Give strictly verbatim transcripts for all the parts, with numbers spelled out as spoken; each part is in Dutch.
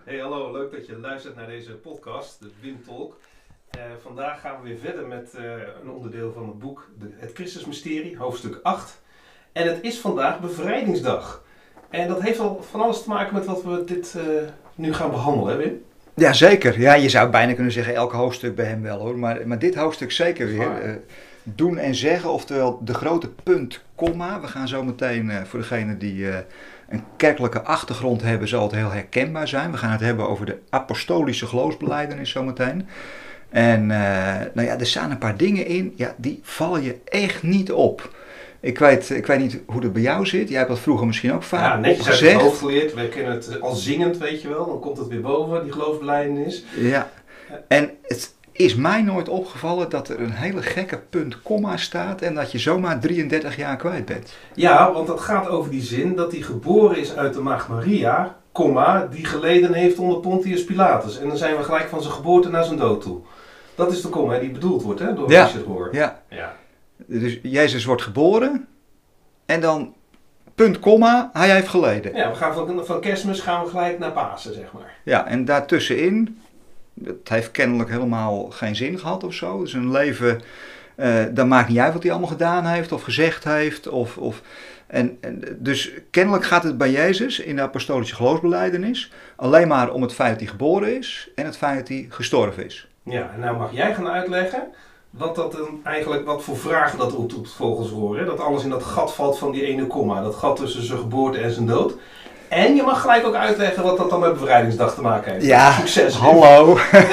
Hey, hallo, leuk dat je luistert naar deze podcast, de Wim Talk. Uh, vandaag gaan we weer verder met uh, een onderdeel van het boek, de, Het Christusmysterie, hoofdstuk acht. En het is vandaag Bevrijdingsdag. En dat heeft al van alles te maken met wat we dit uh, nu gaan behandelen, hè Wim? Ja, zeker. Ja, je zou bijna kunnen zeggen elk hoofdstuk bij hem wel hoor. Maar, maar dit hoofdstuk zeker weer. Uh, doen en zeggen, oftewel de grote punt, komma. We gaan zo meteen, uh, voor degenen die uh, een kerkelijke achtergrond hebben, zal het heel herkenbaar zijn. We gaan het hebben over de apostolische geloofsbelijdenis zometeen. En uh, nou ja, er staan een paar dingen in, ja, die vallen je echt niet op. Ik weet, ik weet niet hoe het bij jou zit. Jij hebt dat vroeger misschien ook vaak ja, netjes opgezegd. uit het hoofd geleerd. We kennen het al zingend, weet je wel. Dan komt het weer boven, die geloofsbelijdenis. Ja, en het is mij nooit opgevallen dat er een hele gekke punt, komma staat en dat je zomaar drieëndertig jaar kwijt bent. Ja, want dat gaat over die zin dat hij geboren is uit de maagd Maria, komma, die geleden heeft onder Pontius Pilatus. En dan zijn we gelijk van zijn geboorte naar zijn dood toe. Dat is de komma die bedoeld wordt, hè, door ja. Richard Rohr. Ja. ja. Dus Jezus wordt geboren en dan punt, komma, hij heeft geleden. Ja, we gaan van, van Kerstmis gaan we gelijk naar Pasen, zeg maar. Ja, en daartussenin, het heeft kennelijk helemaal geen zin gehad of zo. Dus een leven, uh, dat maakt niet uit wat hij allemaal gedaan heeft of gezegd heeft. Of, of, en, en, dus kennelijk gaat het bij Jezus in de apostolische geloofsbelijdenis alleen maar om het feit dat hij geboren is en het feit dat hij gestorven is. Ja, en nou mag jij gaan uitleggen wat dat dan eigenlijk, wat voor vragen dat opdoet volgens Rohr. Hè? Dat alles in dat gat valt van die ene komma, dat gat tussen zijn geboorte en zijn dood. En je mag gelijk ook uitleggen wat dat dan met Bevrijdingsdag te maken heeft. Ja, succes. Hallo.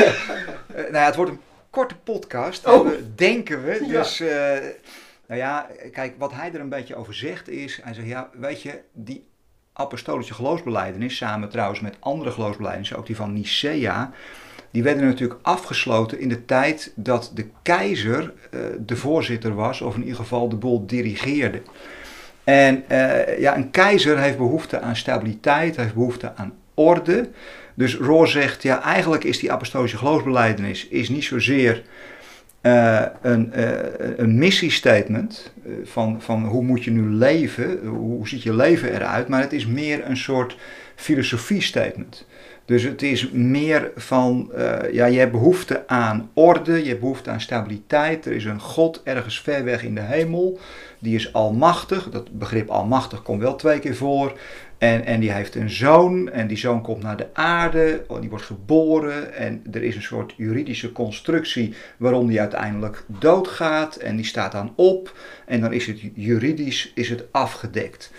Nou ja, het wordt een korte podcast, oh. denken we. Ja. Dus, uh, nou ja, kijk, wat hij er een beetje over zegt is, hij zegt, ja, weet je, die apostolische geloofsbelijdenis, samen trouwens met andere geloofsbelijdenissen, ook die van Nicea, die werden natuurlijk afgesloten in de tijd dat de keizer uh, de voorzitter was, of in ieder geval de boel dirigeerde. En uh, ja, een keizer heeft behoefte aan stabiliteit, heeft behoefte aan orde. Dus Rohr zegt, ja, eigenlijk is die apostolische geloofsbelijdenis is niet zozeer uh, een, uh, een missiestatement uh, van, van hoe moet je nu leven, hoe ziet je leven eruit, maar het is meer een soort filosofie-statement. Dus het is meer van, uh, ja, je hebt behoefte aan orde, je hebt behoefte aan stabiliteit. Er is een God ergens ver weg in de hemel, die is almachtig. Dat begrip almachtig komt wel twee keer voor. En, en die heeft een zoon en die zoon komt naar de aarde, die wordt geboren. En er is een soort juridische constructie waarom die uiteindelijk doodgaat. En die staat dan op en dan is het juridisch is het afgedekt.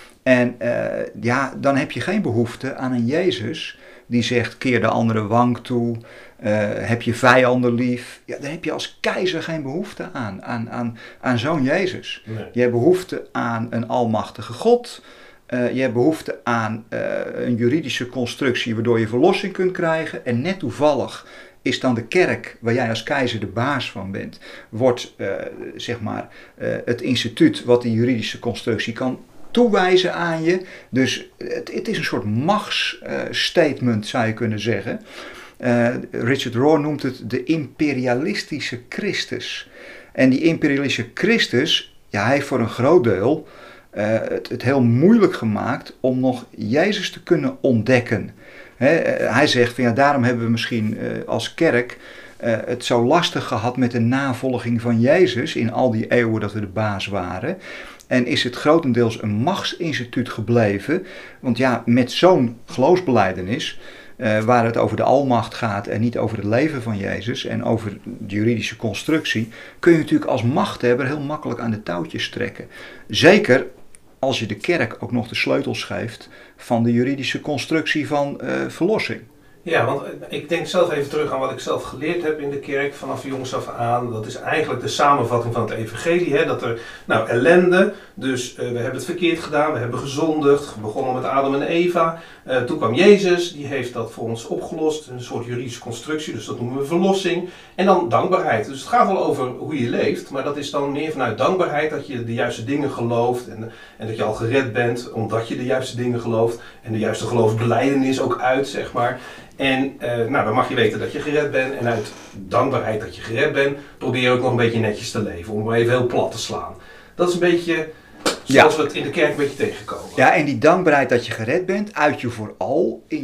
En uh, ja, dan heb je geen behoefte aan een Jezus die zegt, keer de andere wang toe, uh, heb je vijanden lief. Ja, daar heb je als keizer geen behoefte aan, aan, aan, aan zo'n Jezus. Nee. Je hebt behoefte aan een almachtige God. Uh, je hebt behoefte aan uh, een juridische constructie waardoor je verlossing kunt krijgen. En net toevallig is dan de kerk, waar jij als keizer de baas van bent, wordt uh, zeg maar uh, het instituut wat die juridische constructie kan toewijzen aan je. Dus het, het is een soort machtsstatement, uh, zou je kunnen zeggen. Uh, Richard Rohr noemt het de imperialistische Christus. En die imperialistische Christus, ja, hij heeft voor een groot deel uh, het, het heel moeilijk gemaakt om nog Jezus te kunnen ontdekken. He, uh, hij zegt van ja, daarom hebben we misschien uh, als kerk uh, het zo lastig gehad met de navolging van Jezus in al die eeuwen dat we de baas waren. En is het grotendeels een machtsinstituut gebleven. Want ja, met zo'n geloofsbelijdenis, uh, waar het over de almacht gaat en niet over het leven van Jezus en over de juridische constructie, kun je natuurlijk als machthebber heel makkelijk aan de touwtjes trekken. Zeker als je de kerk ook nog de sleutels geeft van de juridische constructie van uh, verlossing. Ja, want ik denk zelf even terug aan wat ik zelf geleerd heb in de kerk vanaf jongs af aan. Dat is eigenlijk de samenvatting van het evangelie. Hè? Dat er, nou, ellende, dus uh, we hebben het verkeerd gedaan, we hebben gezondigd, begonnen met Adam en Eva. Uh, toen kwam Jezus, die heeft dat voor ons opgelost, een soort juridische constructie, dus dat noemen we verlossing. En dan dankbaarheid. Dus het gaat wel over hoe je leeft, maar dat is dan meer vanuit dankbaarheid dat je de juiste dingen gelooft en, en dat je al gered bent omdat je de juiste dingen gelooft en de juiste geloofsbelijdenis ook uit, zeg maar. En uh, nou, dan mag je weten dat je gered bent. En uit dankbaarheid dat je gered bent, probeer je ook nog een beetje netjes te leven. Om maar even heel plat te slaan. Dat is een beetje zoals ja. we het in de kerk een beetje tegenkomen. Ja, en die dankbaarheid dat je gered bent, uit je vooral in je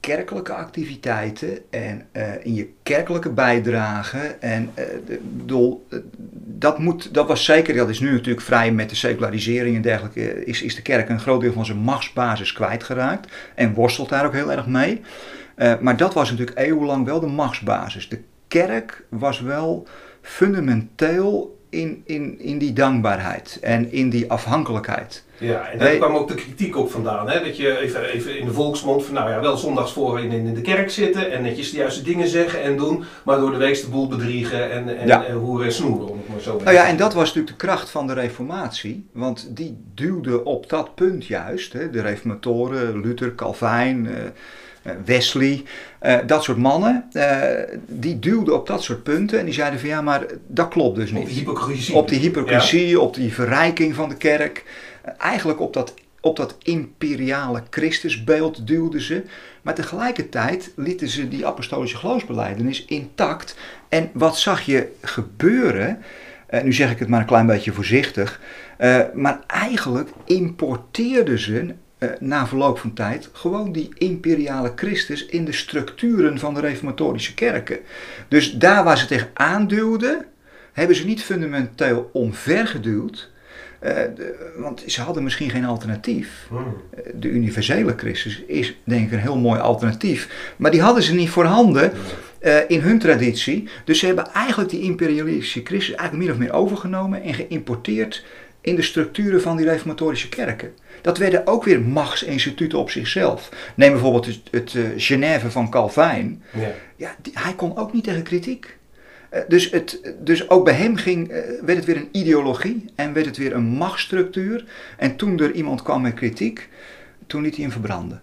kerkelijke activiteiten en uh, in je kerkelijke bijdrage. En uh, de, bedoel, uh, dat, moet, dat was zeker, dat is nu natuurlijk vrij met de secularisering en dergelijke, is, is de kerk een groot deel van zijn machtsbasis kwijtgeraakt en worstelt daar ook heel erg mee. Uh, maar dat was natuurlijk eeuwenlang wel de machtsbasis. De kerk was wel fundamenteel in, in, in die dankbaarheid en in die afhankelijkheid. Ja, en daar hey. kwam ook de kritiek op vandaan. Hè? Dat je even, even in de volksmond van nou ja, wel zondags voor in, in de kerk zitten en netjes de juiste dingen zeggen en doen, maar door de week de boel bedriegen en, en, ja. en hoeren en snoeren, om het maar zo te zeggen. Nou ja, en dat was natuurlijk de kracht van de reformatie, want die duwde op dat punt juist, hè, de reformatoren, Luther, Calvijn, uh, Wesley, uh, dat soort mannen, uh, die duwden op dat soort punten en die zeiden van ja, maar dat klopt dus niet. Op die hypocrisie. Op die hypocrisie, ja. Op die verrijking van de kerk. Uh, eigenlijk op dat, op dat imperiale Christusbeeld duwden ze. Maar tegelijkertijd lieten ze die apostolische geloofsbelijdenis intact. En wat zag je gebeuren? Uh, nu zeg ik het maar een klein beetje voorzichtig. Uh, maar eigenlijk importeerden ze Uh, na verloop van tijd gewoon die imperiale Christus in de structuren van de reformatorische kerken. Dus daar waar ze tegen aanduwden, hebben ze niet fundamenteel omvergeduwd, uh, de, want ze hadden misschien geen alternatief. Hmm. Uh, de universele Christus is denk ik een heel mooi alternatief, maar die hadden ze niet voorhanden uh, in hun traditie. Dus ze hebben eigenlijk die imperialistische Christus eigenlijk min of meer overgenomen en geïmporteerd in de structuren van die reformatorische kerken. Dat werden ook weer machtsinstituten op zichzelf. Neem bijvoorbeeld het, het uh, Genève van Calvijn. Ja. Ja, die, hij kon ook niet tegen kritiek. Uh, dus, het, dus ook bij hem ging, uh, werd het weer een ideologie en werd het weer een machtsstructuur. En toen er iemand kwam met kritiek, toen liet hij hem verbranden.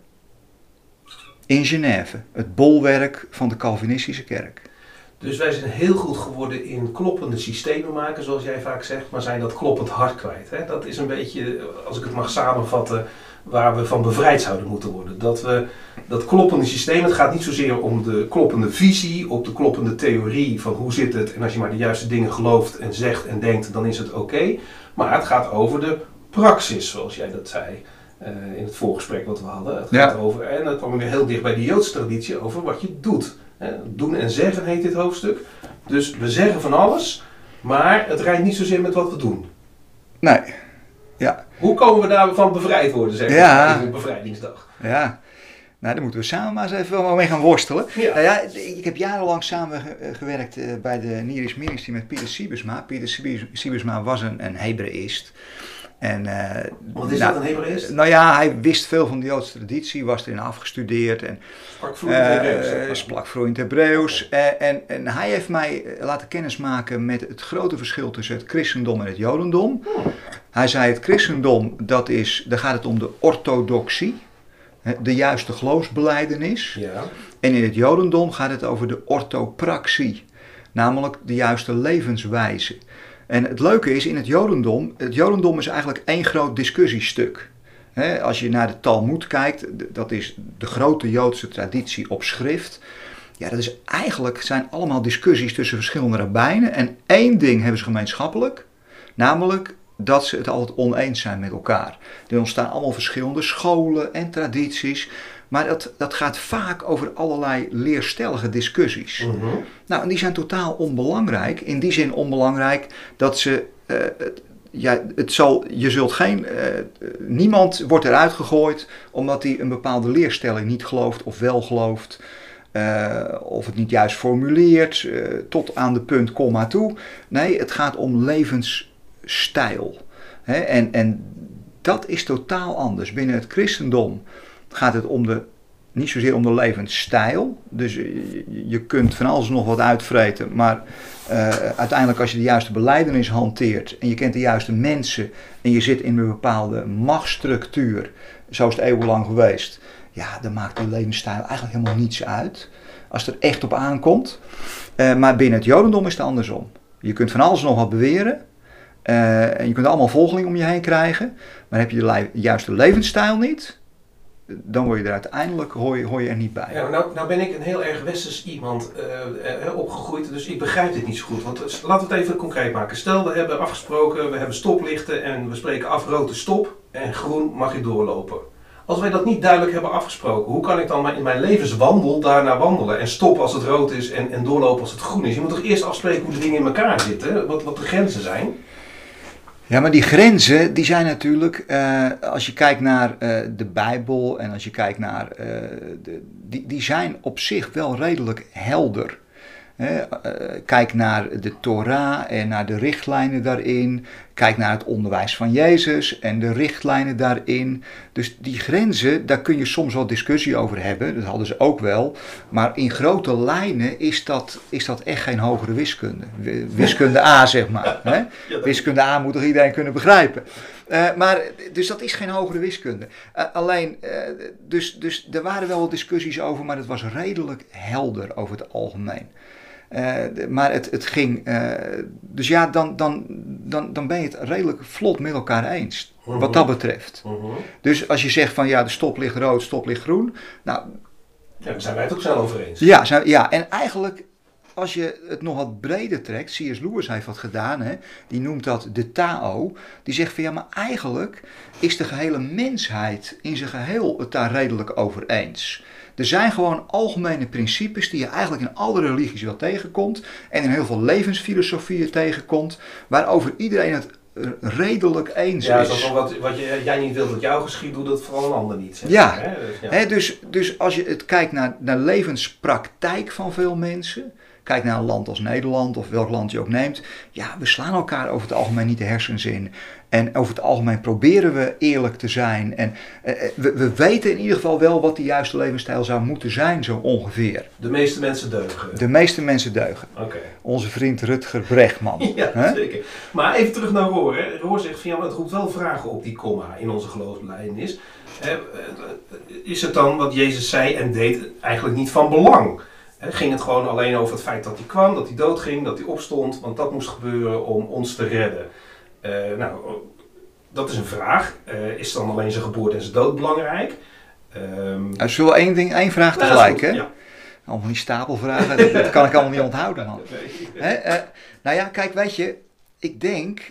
In Genève, het bolwerk van de Calvinistische kerk. Dus wij zijn heel goed geworden in kloppende systemen maken, zoals jij vaak zegt, maar zijn dat kloppend hart kwijt. Hè? Dat is een beetje, als ik het mag samenvatten, waar we van bevrijd zouden moeten worden. Dat we dat kloppende systeem, het gaat niet zozeer om de kloppende visie, op de kloppende theorie van hoe zit het en als je maar de juiste dingen gelooft en zegt en denkt, dan is het oké. Okay. Maar het gaat over de praxis, zoals jij dat zei uh, in het voorgesprek wat we hadden. Het gaat ja. over, en dat kwam weer heel dicht bij de Joodse traditie, over wat je doet. Doen en zeggen heet dit hoofdstuk. Dus we zeggen van alles, maar het rijdt niet zozeer met wat we doen. Nee. Ja. Hoe komen we daarvan bevrijd worden, zeg maar, ja. op bevrijdingsdag? Ja. Nou, daar moeten we samen maar eens even mee gaan worstelen. Ja. Nou ja, ik heb jarenlang samengewerkt uh, bij de Near East Ministry met Pieter Siebesma. Pieter Siebesma was een, een Hebreïst. En, uh, Wat is nou, dat, een Hebreïst? Nou ja, hij wist veel van de Joodse traditie, was erin afgestudeerd. En, sprak vloeiend Hebreeuws. Uh, sprak vloeiend Hebreeuws. Uh, en, en hij heeft mij laten kennismaken met het grote verschil tussen het christendom en het jodendom. Oh. Hij zei het christendom, dat is, daar gaat het om de orthodoxie, de juiste geloofsbelijdenis. Ja. En in het jodendom gaat het over de orthopraxie, namelijk de juiste levenswijze. En het leuke is, in het jodendom, het jodendom is eigenlijk één groot discussiestuk. He, als je naar de Talmoed kijkt, dat is de grote Joodse traditie op schrift. Ja, dat is eigenlijk, zijn allemaal discussies tussen verschillende rabbijnen. En één ding hebben ze gemeenschappelijk, namelijk dat ze het altijd oneens zijn met elkaar. Er ontstaan allemaal verschillende scholen en tradities. Maar dat, dat gaat vaak over allerlei leerstellige discussies. Mm-hmm. Nou, en die zijn totaal onbelangrijk. In die zin onbelangrijk dat ze... Uh, ja, het zal, je zult geen... Uh, niemand wordt eruit gegooid omdat hij een bepaalde leerstelling niet gelooft of wel gelooft. Uh, of het niet juist formuleert. Uh, tot aan de punt komma toe. Nee, het gaat om levensstijl. Hè? En, en dat is totaal anders. Binnen het christendom gaat het om de, niet zozeer om de levensstijl. Dus je, je kunt van alles nog wat uitvreten. Maar uh, uiteindelijk als je de juiste belijdenis hanteert. En je kent de juiste mensen. En je zit in een bepaalde machtsstructuur. Zo is het eeuwenlang geweest. Ja, dan maakt de levensstijl eigenlijk helemaal niets uit. Als het er echt op aankomt. Uh, maar binnen het jodendom is het andersom. Je kunt van alles nog wat beweren. Uh, en je kunt allemaal volgelingen om je heen krijgen. Maar heb je de le- juiste levensstijl niet, dan word je er uiteindelijk, hoor je, hoor je er niet bij. Ja, nou, nou ben ik een heel erg westers iemand uh, uh, opgegroeid, dus ik begrijp dit niet zo goed. Want uh, laten we het even concreet maken. Stel, we hebben afgesproken, we hebben stoplichten en we spreken af rood is stop en groen mag je doorlopen. Als wij dat niet duidelijk hebben afgesproken, hoe kan ik dan in mijn levenswandel daarna wandelen? En stoppen als het rood is en, en doorlopen als het groen is? Je moet toch eerst afspreken hoe de dingen in elkaar zitten, wat, wat de grenzen zijn? Ja, maar die grenzen, die zijn natuurlijk, uh, als je kijkt naar uh, de Bijbel en als je kijkt naar, uh, de, die, die zijn op zich wel redelijk helder. He, uh, kijk naar de Torah en naar de richtlijnen daarin. Kijk naar het onderwijs van Jezus en de richtlijnen daarin. Dus die grenzen, daar kun je soms wel discussie over hebben. Dat hadden ze ook wel. Maar in grote lijnen is dat, is dat echt geen hogere wiskunde. Wiskunde A, zeg maar. He? Wiskunde A moet toch iedereen kunnen begrijpen. Uh, maar, dus dat is geen hogere wiskunde. Uh, alleen, uh, dus, dus er waren wel discussies over, maar het was redelijk helder over het algemeen. Uh, maar het, het ging, uh, dus ja, dan, dan, dan, dan ben je het redelijk vlot met elkaar eens, uh-huh. wat dat betreft. Uh-huh. Dus als je zegt van ja, de stoplicht rood, stoplicht groen, nou... Ja, daar zijn wij het ook snel over eens. Ja, zijn, ja, en eigenlijk, als je het nog wat breder trekt, C S Lewis heeft wat gedaan, hè, die noemt dat de Tao, die zegt van ja, maar eigenlijk is de gehele mensheid in zijn geheel het daar redelijk over eens. Er zijn gewoon algemene principes die je eigenlijk in alle religies wel tegenkomt en in heel veel levensfilosofieën tegenkomt, waarover iedereen het redelijk eens ja, is. Ja, zoals wat, wat je, jij niet wilt dat jou geschiet, doet dat vooral een ander niet. Zeg. Ja, hè? Dus, ja. Hè, dus, dus als je het kijkt naar de levenspraktijk van veel mensen, kijk naar een land als Nederland of welk land je ook neemt, ja, we slaan elkaar over het algemeen niet de hersens in. En over het algemeen proberen we eerlijk te zijn. En uh, we, we weten in ieder geval wel wat de juiste levensstijl zou moeten zijn, zo ongeveer. De meeste mensen deugen. De meeste mensen deugen. Okay. Onze vriend Rutger Bregman. Ja, huh? zeker. Maar even terug naar Roor. Hè. Roor zegt van ja, maar het roept wel vragen op, die komma in onze geloofsbelijdenis. Is het dan wat Jezus zei en deed eigenlijk niet van belang? Ging het gewoon alleen over het feit dat hij kwam, dat hij doodging, dat hij opstond, want dat moest gebeuren om ons te redden. Uh, nou, dat is een vraag. Uh, is dan alleen zijn geboorte en zijn dood belangrijk? Um... Er is wel één ding, één vraag nou, tegelijk, hè? Ja. Allemaal die stapelvragen, dat, dat kan ik allemaal niet onthouden, man. Nee. Hè? Uh, nou ja, kijk, weet je, ik denk,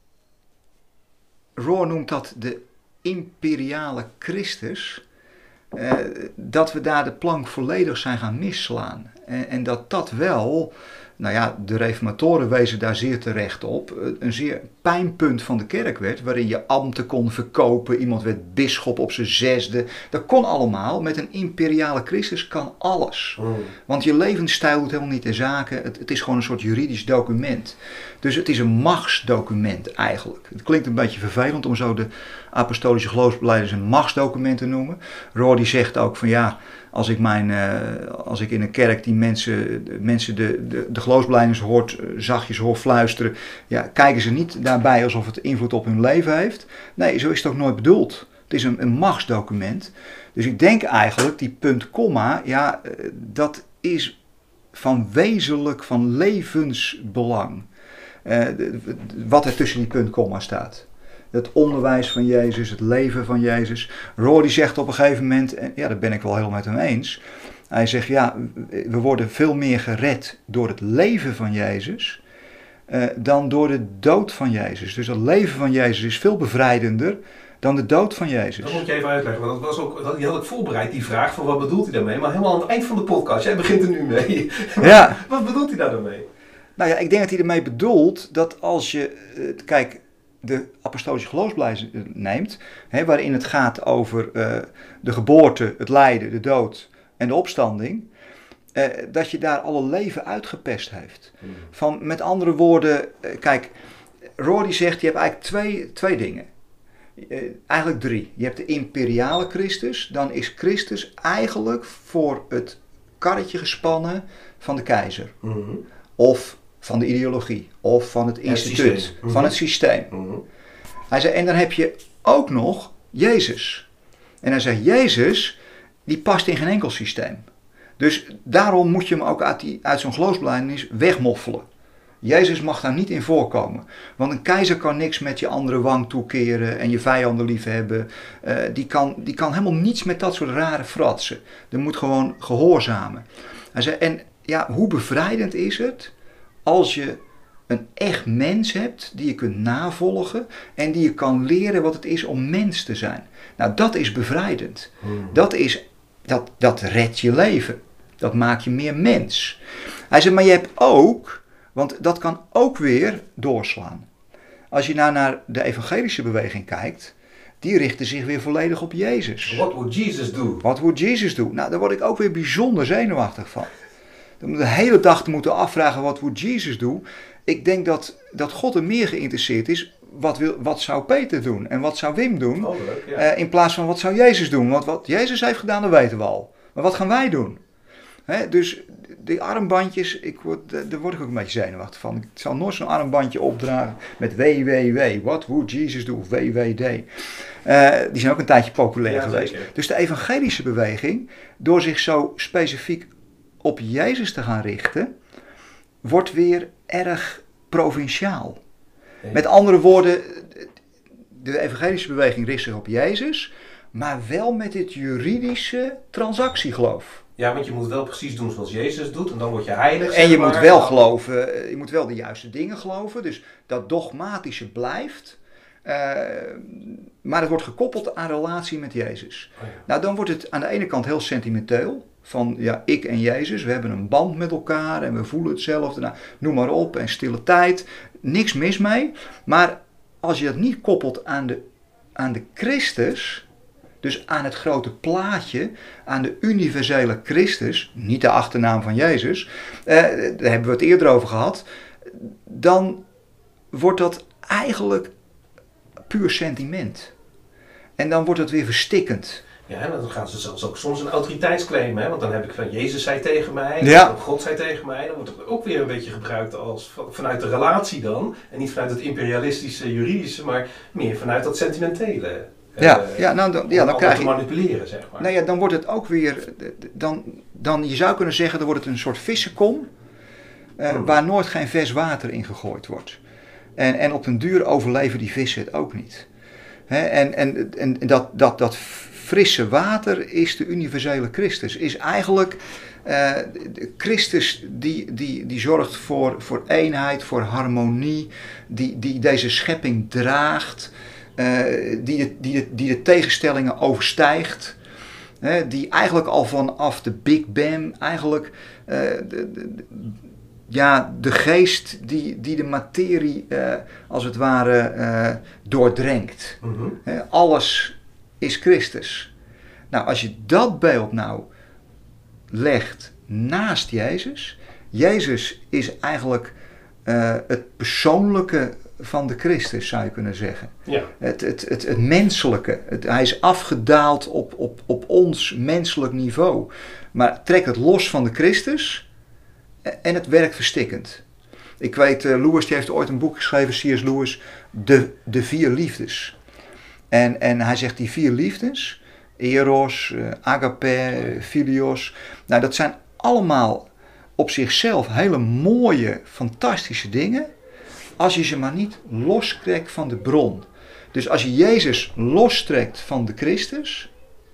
Rohr noemt dat de imperiale Christus. Uh, dat we daar de plank volledig zijn gaan misslaan. En, en dat dat wel, nou ja, de reformatoren wezen daar zeer terecht op, een zeer pijnpunt van de kerk werd, waarin je ambten kon verkopen, iemand werd bisschop op zijn zesde. Dat kon allemaal, met een imperiale Christus kan alles. Mm. Want je levensstijl doet helemaal niet de zaken, het, het is gewoon een soort juridisch document. Dus het is een machtsdocument eigenlijk. Het klinkt een beetje vervelend om zo de apostolische geloofsbelijdenis een machtsdocument te noemen. Rohr die zegt ook van ja, als ik, mijn, uh, als ik in een kerk die mensen, mensen de, de, de geloofsbelijdenis hoort, uh, zachtjes hoort fluisteren, ja, kijken ze niet daarbij alsof het invloed op hun leven heeft. Nee, zo is het ook nooit bedoeld. Het is een, een machtsdocument. Dus ik denk eigenlijk, die punt, komma, ja, uh, dat is van wezenlijk, van levensbelang. Uh, wat er tussen die punt, komma staat. Het onderwijs van Jezus, het leven van Jezus. Rohr die zegt op een gegeven moment, en ja, daar ben ik wel helemaal met hem eens. Hij zegt, ja, we worden veel meer gered door het leven van Jezus uh, dan door de dood van Jezus. Dus het leven van Jezus is veel bevrijdender dan de dood van Jezus. Dat moet je even uitleggen, want dat was ook, die had ik voorbereid, die vraag van wat bedoelt hij daarmee? Maar helemaal aan het eind van de podcast, jij begint er nu mee. Ja. Wat bedoelt hij daar dan mee? Nou ja, ik denk dat hij ermee bedoelt dat als je, uh, kijk, de apostolische geloofsbelijdenis neemt, hè, waarin het gaat over uh, de geboorte, het lijden, de dood en de opstanding, uh, dat je daar alle leven uitgepest heeft. Mm. Van, met andere woorden, uh, kijk, Rohr die zegt, je hebt eigenlijk twee, twee dingen. Uh, eigenlijk drie. Je hebt de imperiale Christus, dan is Christus eigenlijk voor het karretje gespannen van de keizer. Mm. Of van de ideologie, of van het instituut, het mm-hmm. van het systeem. Mm-hmm. Hij zei, en dan heb je ook nog Jezus. En hij zegt, Jezus, die past in geen enkel systeem. Dus daarom moet je hem ook uit, die, uit zo'n geloofsbelijdenis wegmoffelen. Jezus mag daar niet in voorkomen. Want een keizer kan niks met je andere wang toekeren en je vijanden liefhebben. Uh, die, kan, die kan helemaal niets met dat soort rare fratsen. Er moet gewoon gehoorzamen. Hij zei, en ja, hoe bevrijdend is het als je een echt mens hebt die je kunt navolgen en die je kan leren wat het is om mens te zijn. Nou, dat is bevrijdend. Hmm. Dat, is, dat, dat redt je leven. Dat maakt je meer mens. Hij zegt, maar je hebt ook, want dat kan ook weer doorslaan. Als je nou naar de evangelische beweging kijkt, die richten zich weer volledig op Jezus. What would Jesus do? Wat would Jesus do? Nou, daar word ik ook weer bijzonder zenuwachtig van. Dan moet de hele dag te moeten afvragen, wat would Jesus do? Ik denk dat, dat God er meer geïnteresseerd is, wat, wil, wat zou Peter doen? En wat zou Wim doen? Oh, leuk, ja. uh, in plaats van, wat zou Jezus doen? Want wat Jezus heeft gedaan, dat weten we al. Maar wat gaan wij doen? He, dus die armbandjes, ik word, daar word ik ook een beetje zenuwachtig van. Ik zal nooit zo'n armbandje opdragen met W W W. What would Jesus do? W W D. Uh, die zijn ook een tijdje populair ja, geweest. Zeker. Dus de evangelische beweging, door zich zo specifiek op Jezus te gaan richten, wordt weer erg provinciaal. Nee. Met andere woorden, de evangelische beweging richt zich op Jezus, maar wel met dit juridische transactiegeloof. Ja, want je moet wel precies doen zoals Jezus doet en dan word je heilig. En je maar. moet wel geloven, je moet wel de juiste dingen geloven, dus dat dogmatische blijft. Uh, maar het wordt gekoppeld aan relatie met Jezus. Oh ja. Nou, dan wordt het aan de ene kant heel sentimenteel. Van ja, ik en Jezus, we hebben een band met elkaar en we voelen hetzelfde. Nou, noem maar op, en stille tijd. Niks mis mee. Maar als je dat niet koppelt aan de, aan de Christus, dus aan het grote plaatje, aan de universele Christus, niet de achternaam van Jezus, eh, daar hebben we het eerder over gehad, dan wordt dat eigenlijk puur sentiment. En dan wordt het weer verstikkend. Ja, en dan gaan ze zelfs ook soms een autoriteitsclaim, hè? Want dan heb ik van Jezus zei tegen mij, ja. God zei tegen mij, dan wordt het ook weer een beetje gebruikt als vanuit de relatie dan. En niet vanuit het imperialistische, juridische, maar meer vanuit dat sentimentele. Ja, uh, ja, nou, dan, ja, dan krijg je te manipuleren, zeg maar. Nou ja, dan wordt het ook weer, dan, dan je zou kunnen zeggen, dan wordt het een soort vissenkom, uh, hmm. waar nooit geen vers water in gegooid wordt. En, en op den duur overleven die vissen het ook niet. He, en en, en dat, dat, dat frisse water is de universele Christus. Is eigenlijk uh, Christus die, die, die zorgt voor, voor eenheid, voor harmonie. Die, die deze schepping draagt. Uh, die, de, die, de, die de tegenstellingen overstijgt. He, die eigenlijk al vanaf de Big Bang eigenlijk uh, de, de, de, ja, de geest die, die de materie uh, als het ware uh, doordrenkt. Mm-hmm. He, alles is Christus. Nou, als je dat beeld nou legt naast Jezus. Jezus is eigenlijk uh, het persoonlijke van de Christus, zou je kunnen zeggen. Ja. Het, het, het, het menselijke. Het, hij is afgedaald op, op, op ons menselijk niveau. Maar trek het los van de Christus en het werkt verstikkend. Ik weet, uh, Lewis die heeft ooit een boek geschreven, C S Lewis, de, de vier liefdes. En, en hij zegt die vier liefdes, eros, uh, agape, philios, nou dat zijn allemaal op zichzelf hele mooie, fantastische dingen, als je ze maar niet lostrekt van de bron. Dus als je Jezus lostrekt van de Christus,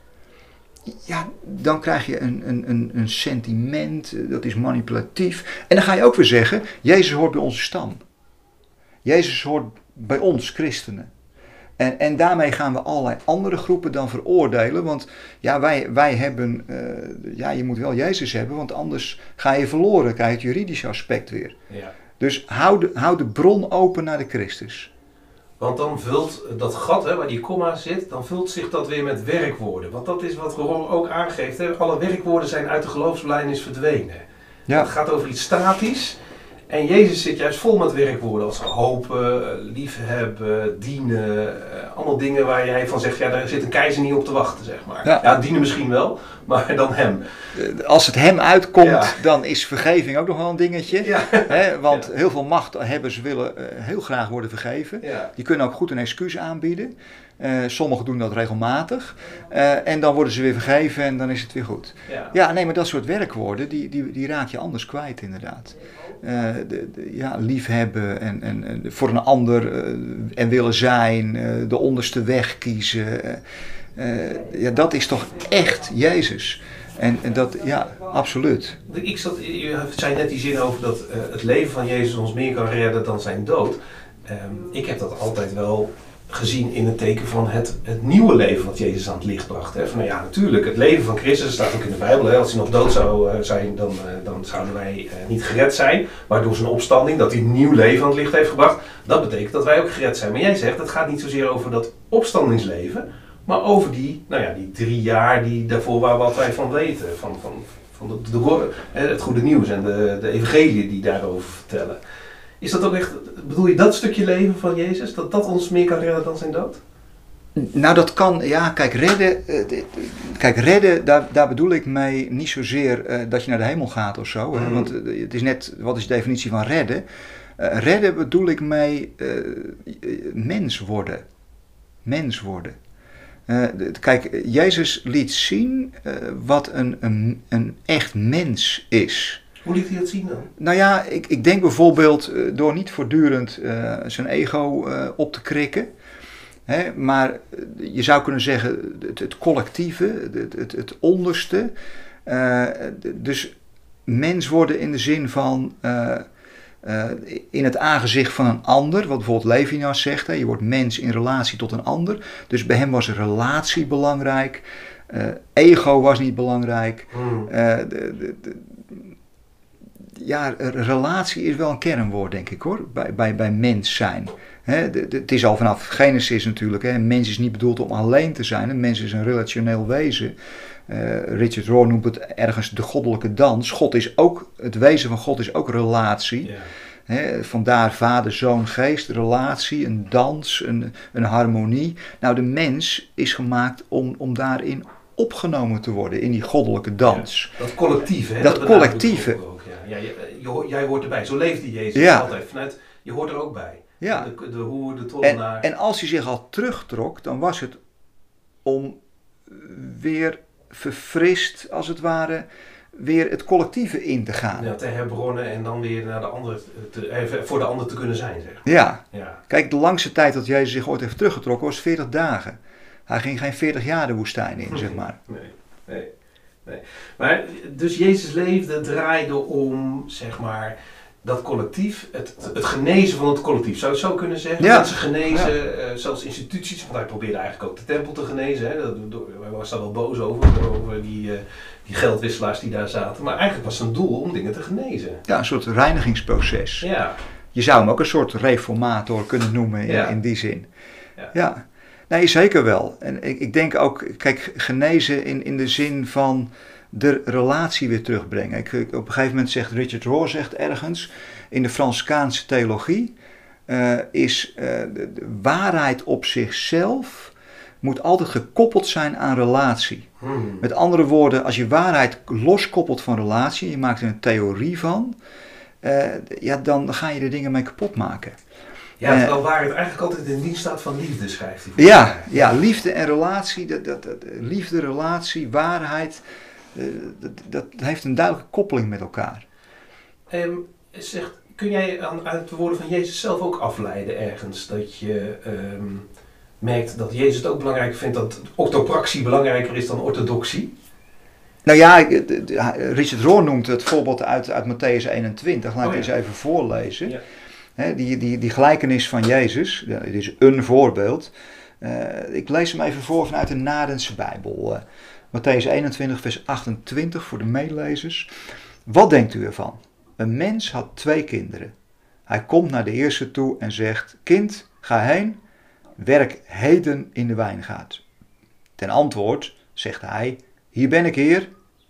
ja, dan krijg je een, een, een, een sentiment, dat is manipulatief. En dan ga je ook weer zeggen, Jezus hoort bij onze stam. Jezus hoort bij ons christenen. En, en daarmee gaan we allerlei andere groepen dan veroordelen. Want ja, wij, wij hebben, uh, ja, je moet wel Jezus hebben, want anders ga je verloren, krijg je het juridische aspect weer. Ja. Dus hou de, hou de bron open naar de Christus. Want dan vult dat gat, hè, waar die komma zit, dan vult zich dat weer met werkwoorden. Want dat is wat Ron ook aangeeft. Hè. Alle werkwoorden zijn uit de geloofsbelijdenis verdwenen. Ja. Het gaat over iets statisch. En Jezus zit juist vol met werkwoorden als hopen, liefhebben, dienen. Allemaal dingen waar jij van zegt, ja, daar zit een keizer niet op te wachten, zeg maar. Ja, ja dienen misschien wel, maar dan hem. Als het hem uitkomt, ja. dan is vergeving ook nog wel een dingetje. Ja. Hè, want ja. heel veel machthebbers willen uh, heel graag worden vergeven. Ja. Die kunnen ook goed een excuus aanbieden. Uh, sommigen doen dat regelmatig. Uh, en dan worden ze weer vergeven en dan is het weer goed. Ja, ja nee, maar dat soort werkwoorden, die, die, die raak je anders kwijt inderdaad. Uh, de, de, ja, liefhebben en, en, en voor een ander uh, en willen zijn, uh, de onderste weg kiezen. Uh, uh, ja, dat is toch echt Jezus. En, en dat, ja, absoluut. Ik zat, je zei net die zin over dat uh, het leven van Jezus ons meer kan redden dan zijn dood. Um, ik heb dat altijd wel gezien in het teken van het, het nieuwe leven wat Jezus aan het licht bracht. Hè. Van, nou ja, natuurlijk, het leven van Christus staat ook in de Bijbel. Hè. Als hij nog dood zou uh, zijn, dan, uh, dan zouden wij uh, niet gered zijn. Maar door zijn opstanding, dat hij een nieuw leven aan het licht heeft gebracht, dat betekent dat wij ook gered zijn. Maar jij zegt, het gaat niet zozeer over dat opstandingsleven, maar over die, nou ja, die drie jaar die daarvoor waar wat wij van weten. Van, van, van de, de, het goede nieuws en de, de evangelie die daarover vertellen. Is dat ook echt, bedoel je dat stukje leven van Jezus, dat dat ons meer kan redden dan zijn dood? Nou, dat kan, ja, kijk, redden, kijk, redden daar, daar bedoel ik mee niet zozeer uh, dat je naar de hemel gaat of zo. Mm. Hè? Want uh, het is net, wat is de definitie van redden? Uh, redden bedoel ik mee uh, mens worden. Mens worden. Uh, kijk, Jezus liet zien uh, wat een, een, een echt mens is. Hoe liet hij dat zien dan? Nou ja, ik, ik denk bijvoorbeeld uh, door niet voortdurend uh, zijn ego uh, op te krikken. Hè, maar uh, je zou kunnen zeggen het, het collectieve, het, het, het onderste. Uh, dus mens worden in de zin van uh, uh, in het aangezicht van een ander. Wat bijvoorbeeld Levinas zegt, hè, je wordt mens in relatie tot een ander. Dus bij hem was relatie belangrijk. Uh, ego was niet belangrijk. Hmm. Uh, de, de, de, Ja, relatie is wel een kernwoord, denk ik hoor, bij, bij, bij mens zijn. He, de, de, het is al vanaf Genesis natuurlijk, hè. Een mens is niet bedoeld om alleen te zijn, een mens is een relationeel wezen. Uh, Richard Rohr noemt het ergens de goddelijke dans. God is ook, het wezen van God is ook relatie. Yeah. He, vandaar vader, zoon, geest, relatie, een dans, een, een harmonie. Nou, de mens is gemaakt om, om daarin opgenomen te worden, in die goddelijke dans. Ja, dat collectieve. Hè? Dat, dat collectieve. Ja, jij, jij hoort erbij. Zo leefde Jezus ja. altijd. Vanuit, je hoort er ook bij. Ja. De, de hoer, de tollenaar. En, en als hij zich al terugtrok, dan was het om weer verfrist, als het ware, weer het collectieve in te gaan. Ja, te herbronnen en dan weer naar de ander te, voor de ander te kunnen zijn. Zeg. Ja. ja. Kijk, de langste tijd dat Jezus zich ooit heeft teruggetrokken was veertig dagen. Hij ging geen veertig jaar de woestijn in, zeg maar. Nee, nee. Nee. Maar dus Jezus leefde draaide om, zeg maar, dat collectief, het, het genezen van het collectief. Zou je het zo kunnen zeggen? Ja. Mensen genezen, ja. uh, zelfs instituties, want hij probeerde eigenlijk ook de tempel te genezen. Hè. Dat, hij was daar wel boos over, over die, uh, die geldwisselaars die daar zaten. Maar eigenlijk was zijn doel om dingen te genezen. Ja, een soort reinigingsproces. Ja. Je zou hem ook een soort reformator kunnen noemen in, ja. in die zin. Ja. ja. Nee, zeker wel. En ik, ik denk ook, kijk, genezen in, in de zin van de relatie weer terugbrengen. Ik, op een gegeven moment zegt Richard Rohr zegt ergens, in de Franciscaanse theologie uh, is uh, de, de waarheid op zichzelf moet altijd gekoppeld zijn aan relatie. Hmm. Met andere woorden, als je waarheid loskoppelt van relatie, je maakt er een theorie van, uh, ja, dan ga je er dingen mee kapot maken. Ja, terwijl waar het eigenlijk altijd in dienst staat van liefde, schrijft hij. Ja, ja, liefde en relatie, dat, dat, dat, liefde, relatie, waarheid, dat, dat heeft een duidelijke koppeling met elkaar. Um, zegt, kun jij aan, uit de woorden van Jezus zelf ook afleiden ergens dat je um, merkt dat Jezus het ook belangrijk vindt dat orthopraxie belangrijker is dan orthodoxie? Nou ja, Richard Rohr noemt het voorbeeld uit, uit Matthäus eenentwintig, laat ik oh, ja. eens even voorlezen. Ja. He, die, die, die gelijkenis van Jezus, dit is een voorbeeld. Uh, ik lees hem even voor vanuit de Nadense Bijbel. Uh, Matthäus eenentwintig, vers achtentwintig voor de meelezers. Wat denkt u ervan? Een mens had twee kinderen. Hij komt naar de eerste toe en zegt, kind, ga heen, werk heden in de wijngaard. Ten antwoord zegt hij, hier ben ik, heer.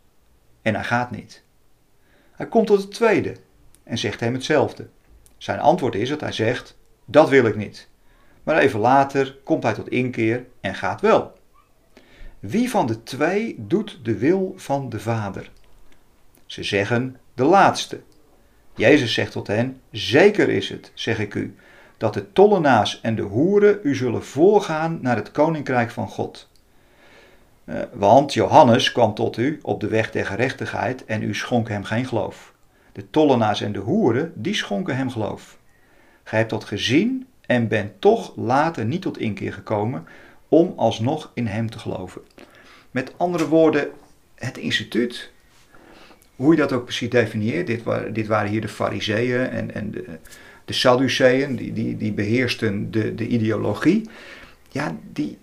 En hij gaat niet. Hij komt tot de tweede en zegt hem hetzelfde. Zijn antwoord is dat hij zegt, dat wil ik niet. Maar even later komt hij tot inkeer en gaat wel. Wie van de twee doet de wil van de Vader? Ze zeggen, de laatste. Jezus zegt tot hen, zeker is het, zeg ik u, dat de tollenaars en de hoeren u zullen voorgaan naar het koninkrijk van God. Uh, want Johannes kwam tot u op de weg der gerechtigheid en u schonk hem geen geloof. De tollenaars en de hoeren, die schonken hem geloof. Gij hebt dat gezien en bent toch later niet tot inkeer gekomen om alsnog in hem te geloven. Met andere woorden, het instituut, hoe je dat ook precies definieert, dit, wa- dit waren hier de Farizeeën en, en de, de Sadduceeën, die, die, die beheersten de, de ideologie. Ja, die,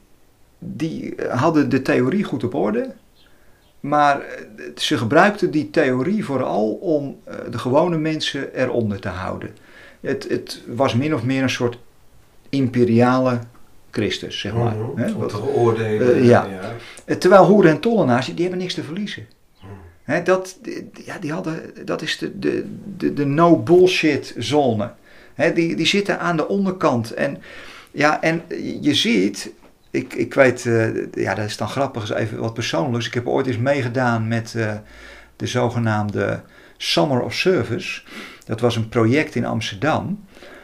die hadden de theorie goed op orde, maar ze gebruikten die theorie vooral om de gewone mensen eronder te houden. Het, het was min of meer een soort imperiale Christus, zeg maar. Mm-hmm. Hè, Om wat, te beoordelen. uh, ja. ja. Terwijl hoeren en tollenaars, die hebben niks te verliezen. Hè, dat, ja, die hadden, dat is de, de, de, de no-bullshit zone. Hè, die, die zitten aan de onderkant. En, ja, en je ziet, ik, ik weet, uh, ja, dat is dan grappig, is even wat persoonlijks. Ik heb ooit eens meegedaan met uh, de zogenaamde Summer of Service. Dat was een project in Amsterdam.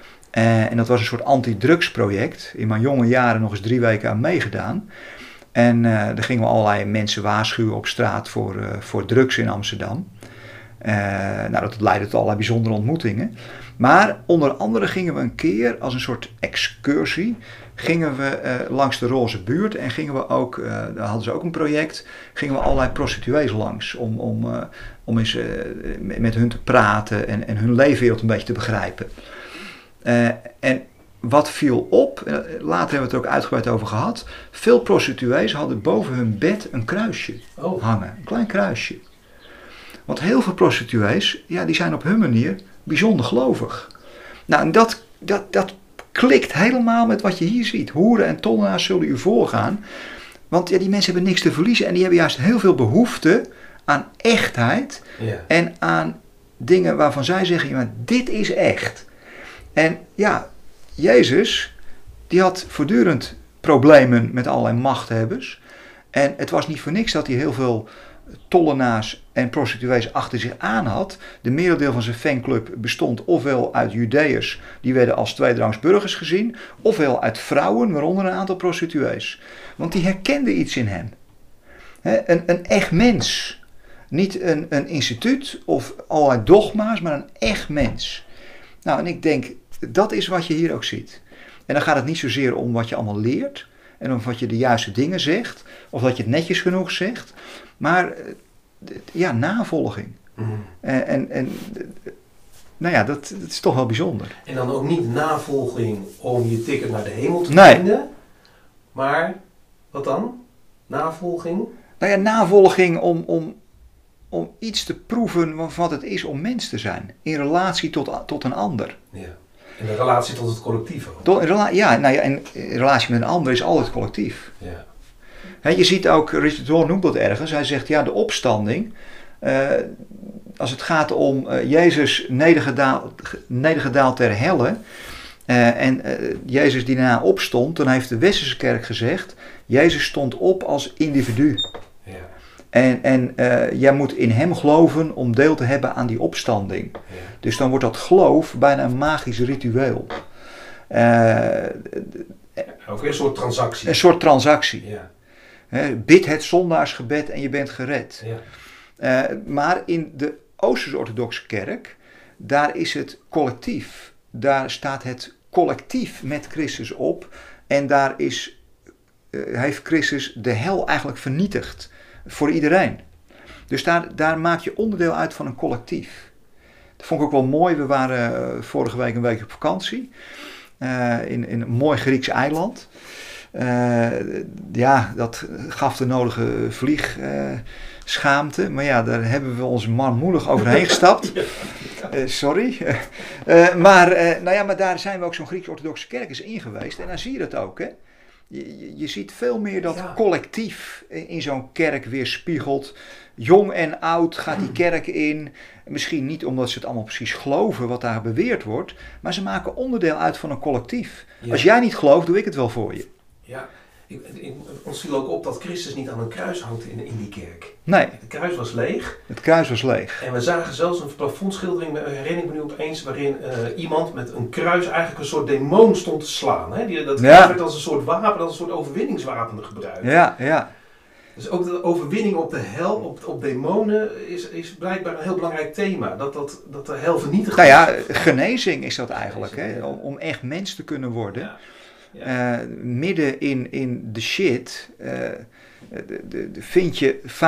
Uh, en dat was een soort anti-drugsproject. In mijn jonge jaren nog eens drie weken aan meegedaan. En uh, daar gingen we allerlei mensen waarschuwen op straat voor, uh, voor drugs in Amsterdam. Uh, nou, dat leidde tot allerlei bijzondere ontmoetingen. Maar onder andere gingen we een keer als een soort excursie, gingen we uh, langs de Roze buurt en gingen we ook, uh, daar hadden ze ook een project, gingen we allerlei prostituees langs om, om, uh, om eens uh, met hun te praten en, en hun leefwereld een beetje te begrijpen. Uh, en wat viel op, later hebben we het er ook uitgebreid over gehad, veel prostituees hadden boven hun bed een kruisje oh. hangen, een klein kruisje. Want heel veel prostituees, ja, die zijn op hun manier bijzonder gelovig. Nou, en dat, dat, dat klikt helemaal met wat je hier ziet. Hoeren en tollenaars zullen u voorgaan. Want ja, die mensen hebben niks te verliezen en die hebben juist heel veel behoefte aan echtheid. Yeah. En aan dingen waarvan zij zeggen, ja, maar dit is echt. En ja, Jezus, die had voortdurend problemen met allerlei machthebbers. En het was niet voor niks dat hij heel veel tollenaars en prostituees achter zich aan had. De merendeel van zijn fanclub bestond ofwel uit Judeërs, die werden als tweederangs burgers gezien, ofwel uit vrouwen, waaronder een aantal prostituees. Want die herkenden iets in hem. He, een, een echt mens. Niet een, een instituut of allerlei dogma's, maar een echt mens. Nou, en ik denk, dat is wat je hier ook ziet. En dan gaat het niet zozeer om wat je allemaal leert en om wat je de juiste dingen zegt, of dat je het netjes genoeg zegt, maar ja, navolging. Mm. En, en, en nou ja, dat, dat is toch wel bijzonder. En dan ook niet navolging om je ticket naar de hemel te nee. vinden, maar wat dan? Navolging? Nou ja, navolging om, om, om iets te proeven wat het is om mens te zijn, in relatie tot, tot een ander. Ja. In de relatie tot het collectief ook. Tot, in rela- ja, nou ja, en in relatie met een ander is altijd collectief. Ja. He, je ziet ook, Richard Rohr noemt dat ergens, hij zegt ja, de opstanding, uh, als het gaat om uh, Jezus nedergedaald, nedergedaald ter helle, uh, en uh, Jezus die daarna opstond, dan heeft de Westerse kerk gezegd, Jezus stond op als individu. Ja. En, en uh, jij moet in hem geloven om deel te hebben aan die opstanding. Ja. Dus dan wordt dat geloof bijna een magisch ritueel. Uh, Ook weer een soort transactie. Een soort transactie. Ja. He, bid het zondaarsgebed en je bent gered. Ja. Uh, maar in de Oosters-orthodoxe kerk, daar is het collectief. Daar staat het collectief met Christus op. En daar is, uh, heeft Christus de hel eigenlijk vernietigd. Voor iedereen. Dus daar, daar maak je onderdeel uit van een collectief. Dat vond ik ook wel mooi. We waren uh, vorige week een week op vakantie. Uh, in, in een mooi Grieks eiland. Uh, ja, dat gaf de nodige vliegschaamte. Uh, maar ja, daar hebben we ons manmoedig overheen gestapt. Uh, sorry. Uh, maar, uh, nou ja, maar daar zijn we ook zo'n Grieks-orthodoxe kerk eens in geweest. En dan zie je dat ook, hè. Je, je, je ziet veel meer dat ja. collectief in, in zo'n kerk weerspiegelt. Jong en oud gaat die kerk in. Misschien niet omdat ze het allemaal precies geloven wat daar beweerd wordt. Maar ze maken onderdeel uit van een collectief. Ja. Als jij niet gelooft, doe ik het wel voor je. Ja, ik, ik, ons viel ook op dat Christus niet aan een kruis hangt in, in die kerk. Nee. Het kruis was leeg. Het kruis was leeg. En we zagen zelfs een plafondschildering, herinner ik me nu opeens, waarin uh, iemand met een kruis eigenlijk een soort demon stond te slaan. Hè? Die, dat kruis ja. werd als een soort wapen, als een soort overwinningswapen gebruikt. Ja, ja. Dus ook de overwinning op de hel, op, op demonen, is, is blijkbaar een heel belangrijk thema. Dat, dat, dat de hel vernietigd nou ja, is. Genezing is dat eigenlijk, hè? Ja. Om, om echt mens te kunnen worden. Ja. Ja. Uh, midden in, in de shit uh, de, de, de vind je vaak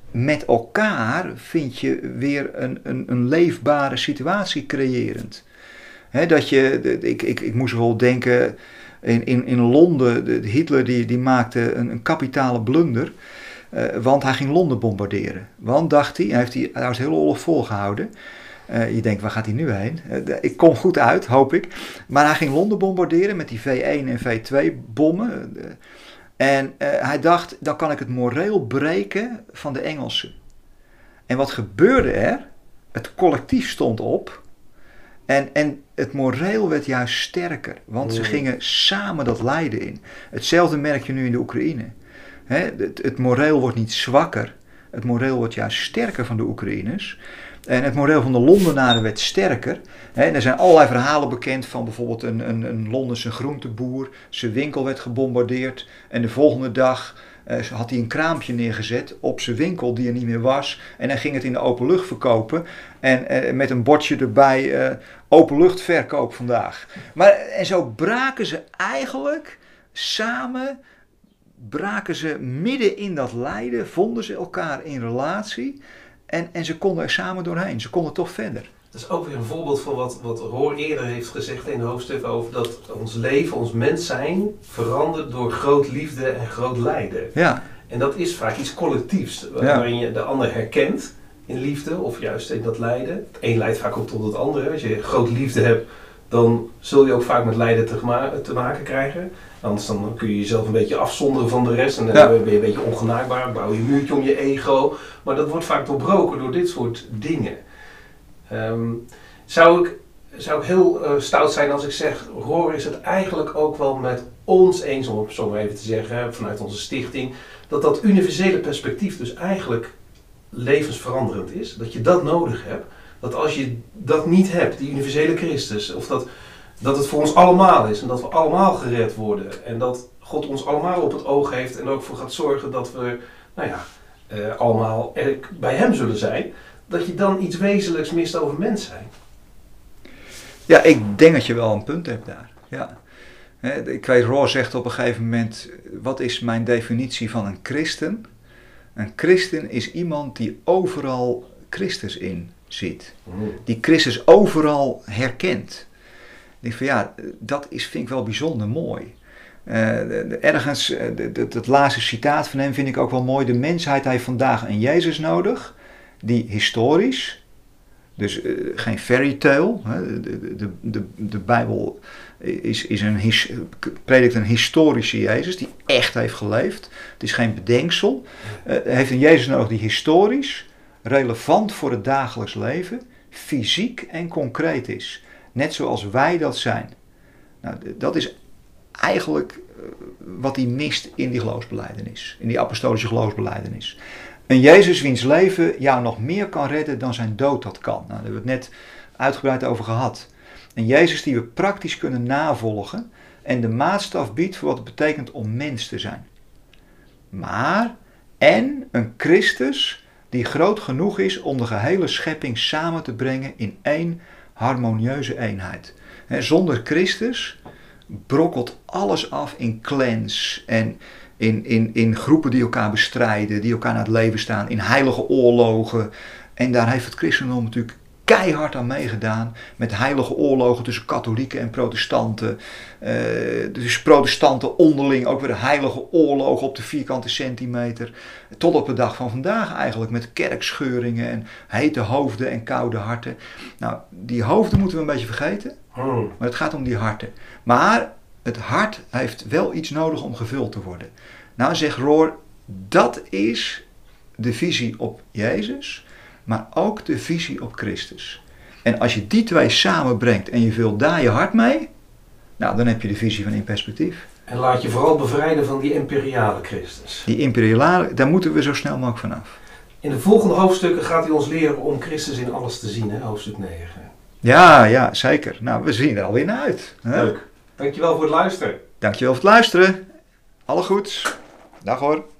met elkaar vind je weer een, een, een leefbare situatie creërend. He, dat je, de, ik, ik, ik moest wel denken, in, in, in Londen, de, de Hitler die, die maakte een, een kapitale blunder, uh, want hij ging Londen bombarderen. Want, dacht hij, hij heeft die trouwens de hele oorlog volgehouden. Uh, je denkt, waar gaat hij nu heen? Uh, de, ik kom goed uit, hoop ik. Maar hij ging Londen bombarderen met die V één en V twee bommen. Uh, en uh, hij dacht, dan kan ik het moreel breken van de Engelsen. En wat gebeurde er? Het collectief stond op. En, en het moreel werd juist sterker. Want ze gingen samen dat lijden in. Hetzelfde merk je nu in de Oekraïne. He, het, het moreel wordt niet zwakker. Het moreel wordt juist sterker van de Oekraïners. En het moreel van de Londenaren werd sterker. He, er zijn allerlei verhalen bekend van bijvoorbeeld een, een, een Londense groenteboer. Zijn winkel werd gebombardeerd. En de volgende dag uh, had hij een kraampje neergezet op zijn winkel die er niet meer was. En hij ging het in de open lucht verkopen. En uh, met een bordje erbij, uh, openluchtverkoop vandaag. Maar, en zo braken ze eigenlijk samen, braken ze midden in dat lijden, vonden ze elkaar in relatie. En, en ze konden er samen doorheen. Ze konden toch verder. Dat is ook weer een voorbeeld van wat, wat Roor eerder heeft gezegd in de hoofdstuk over dat ons leven, ons mens zijn, verandert door groot liefde en groot lijden. Ja. En dat is vaak iets collectiefs, Ja. waarin je de ander herkent in liefde of juist in dat lijden. Het een leidt vaak ook tot het andere. Als je groot liefde hebt, dan zul je ook vaak met lijden te, ma- te maken krijgen. Anders dan kun je jezelf een beetje afzonderen van de rest en dan Ja. ben je een beetje ongenaakbaar, bouw je een muurtje om je ego. Maar dat wordt vaak doorbroken door dit soort dingen. Um, zou, ik, zou ik heel uh, stout zijn als ik zeg, Roor is het eigenlijk ook wel met ons eens, om het zo maar even te zeggen, vanuit onze stichting, dat dat universele perspectief dus eigenlijk levensveranderend is. Dat je dat nodig hebt. Dat als je dat niet hebt, die universele Christus, of dat, dat het voor ons allemaal is en dat we allemaal gered worden en dat God ons allemaal op het oog heeft en er ook voor gaat zorgen dat we, nou ja, uh, allemaal er bij hem zullen zijn, dat je dan iets wezenlijks mist over mens zijn. Ja, ik denk dat je wel een punt hebt daar. Ja. Ik weet, Roor zegt op een gegeven moment, wat is mijn definitie van een christen? Een christen is iemand die overal Christus in ziet. Mm. Die Christus overal herkent. Ik denk van ja, dat is, vind ik wel bijzonder mooi. Uh, ergens, uh, het laatste citaat van hem vind ik ook wel mooi. De mensheid heeft vandaag een Jezus nodig, die historisch, dus uh, geen fairy tale, hè, de, de, de, de Bijbel is, is een, his, predikt een historische Jezus die echt heeft geleefd. Het is geen bedenksel. Uh, heeft een Jezus nodig die historisch, relevant voor het dagelijks leven, fysiek en concreet is. Net zoals wij dat zijn. Nou, dat is eigenlijk uh, wat hij mist in die geloofsbelijdenis, in die apostolische geloofsbelijdenis. Een Jezus wiens leven jou nog meer kan redden dan zijn dood dat kan. Nou, daar hebben we het net uitgebreid over gehad. Een Jezus die we praktisch kunnen navolgen en de maatstaf biedt voor wat het betekent om mens te zijn. Maar, en een Christus die groot genoeg is om de gehele schepping samen te brengen in één harmonieuze eenheid. He, zonder Christus brokkelt alles af in clans en in, in, in groepen die elkaar bestrijden, die elkaar naar het leven staan, in heilige oorlogen. En daar heeft het christendom natuurlijk keihard aan meegedaan met heilige oorlogen tussen katholieken en protestanten. Uh, dus protestanten onderling ook weer heilige oorlogen op de vierkante centimeter. Tot op de dag van vandaag eigenlijk met kerkscheuringen en hete hoofden en koude harten. Nou, die hoofden moeten we een beetje vergeten, Hmm. maar het gaat om die harten. Maar het hart heeft wel iets nodig om gevuld te worden. Nou, zegt Roor, dat is de visie op Jezus, maar ook de visie op Christus. En als je die twee samenbrengt en je vult daar je hart mee, nou, dan heb je de visie van in perspectief. En laat je vooral bevrijden van die imperiale Christus. Die imperiale, daar moeten we zo snel mogelijk vanaf. In de volgende hoofdstukken gaat hij ons leren om Christus in alles te zien, hè? Hoofdstuk negen. Ja, ja, zeker. Nou, we zien er alweer naar uit. Hè? Leuk. Dankjewel voor het luisteren. Dankjewel voor het luisteren. Alle goeds. Dag hoor.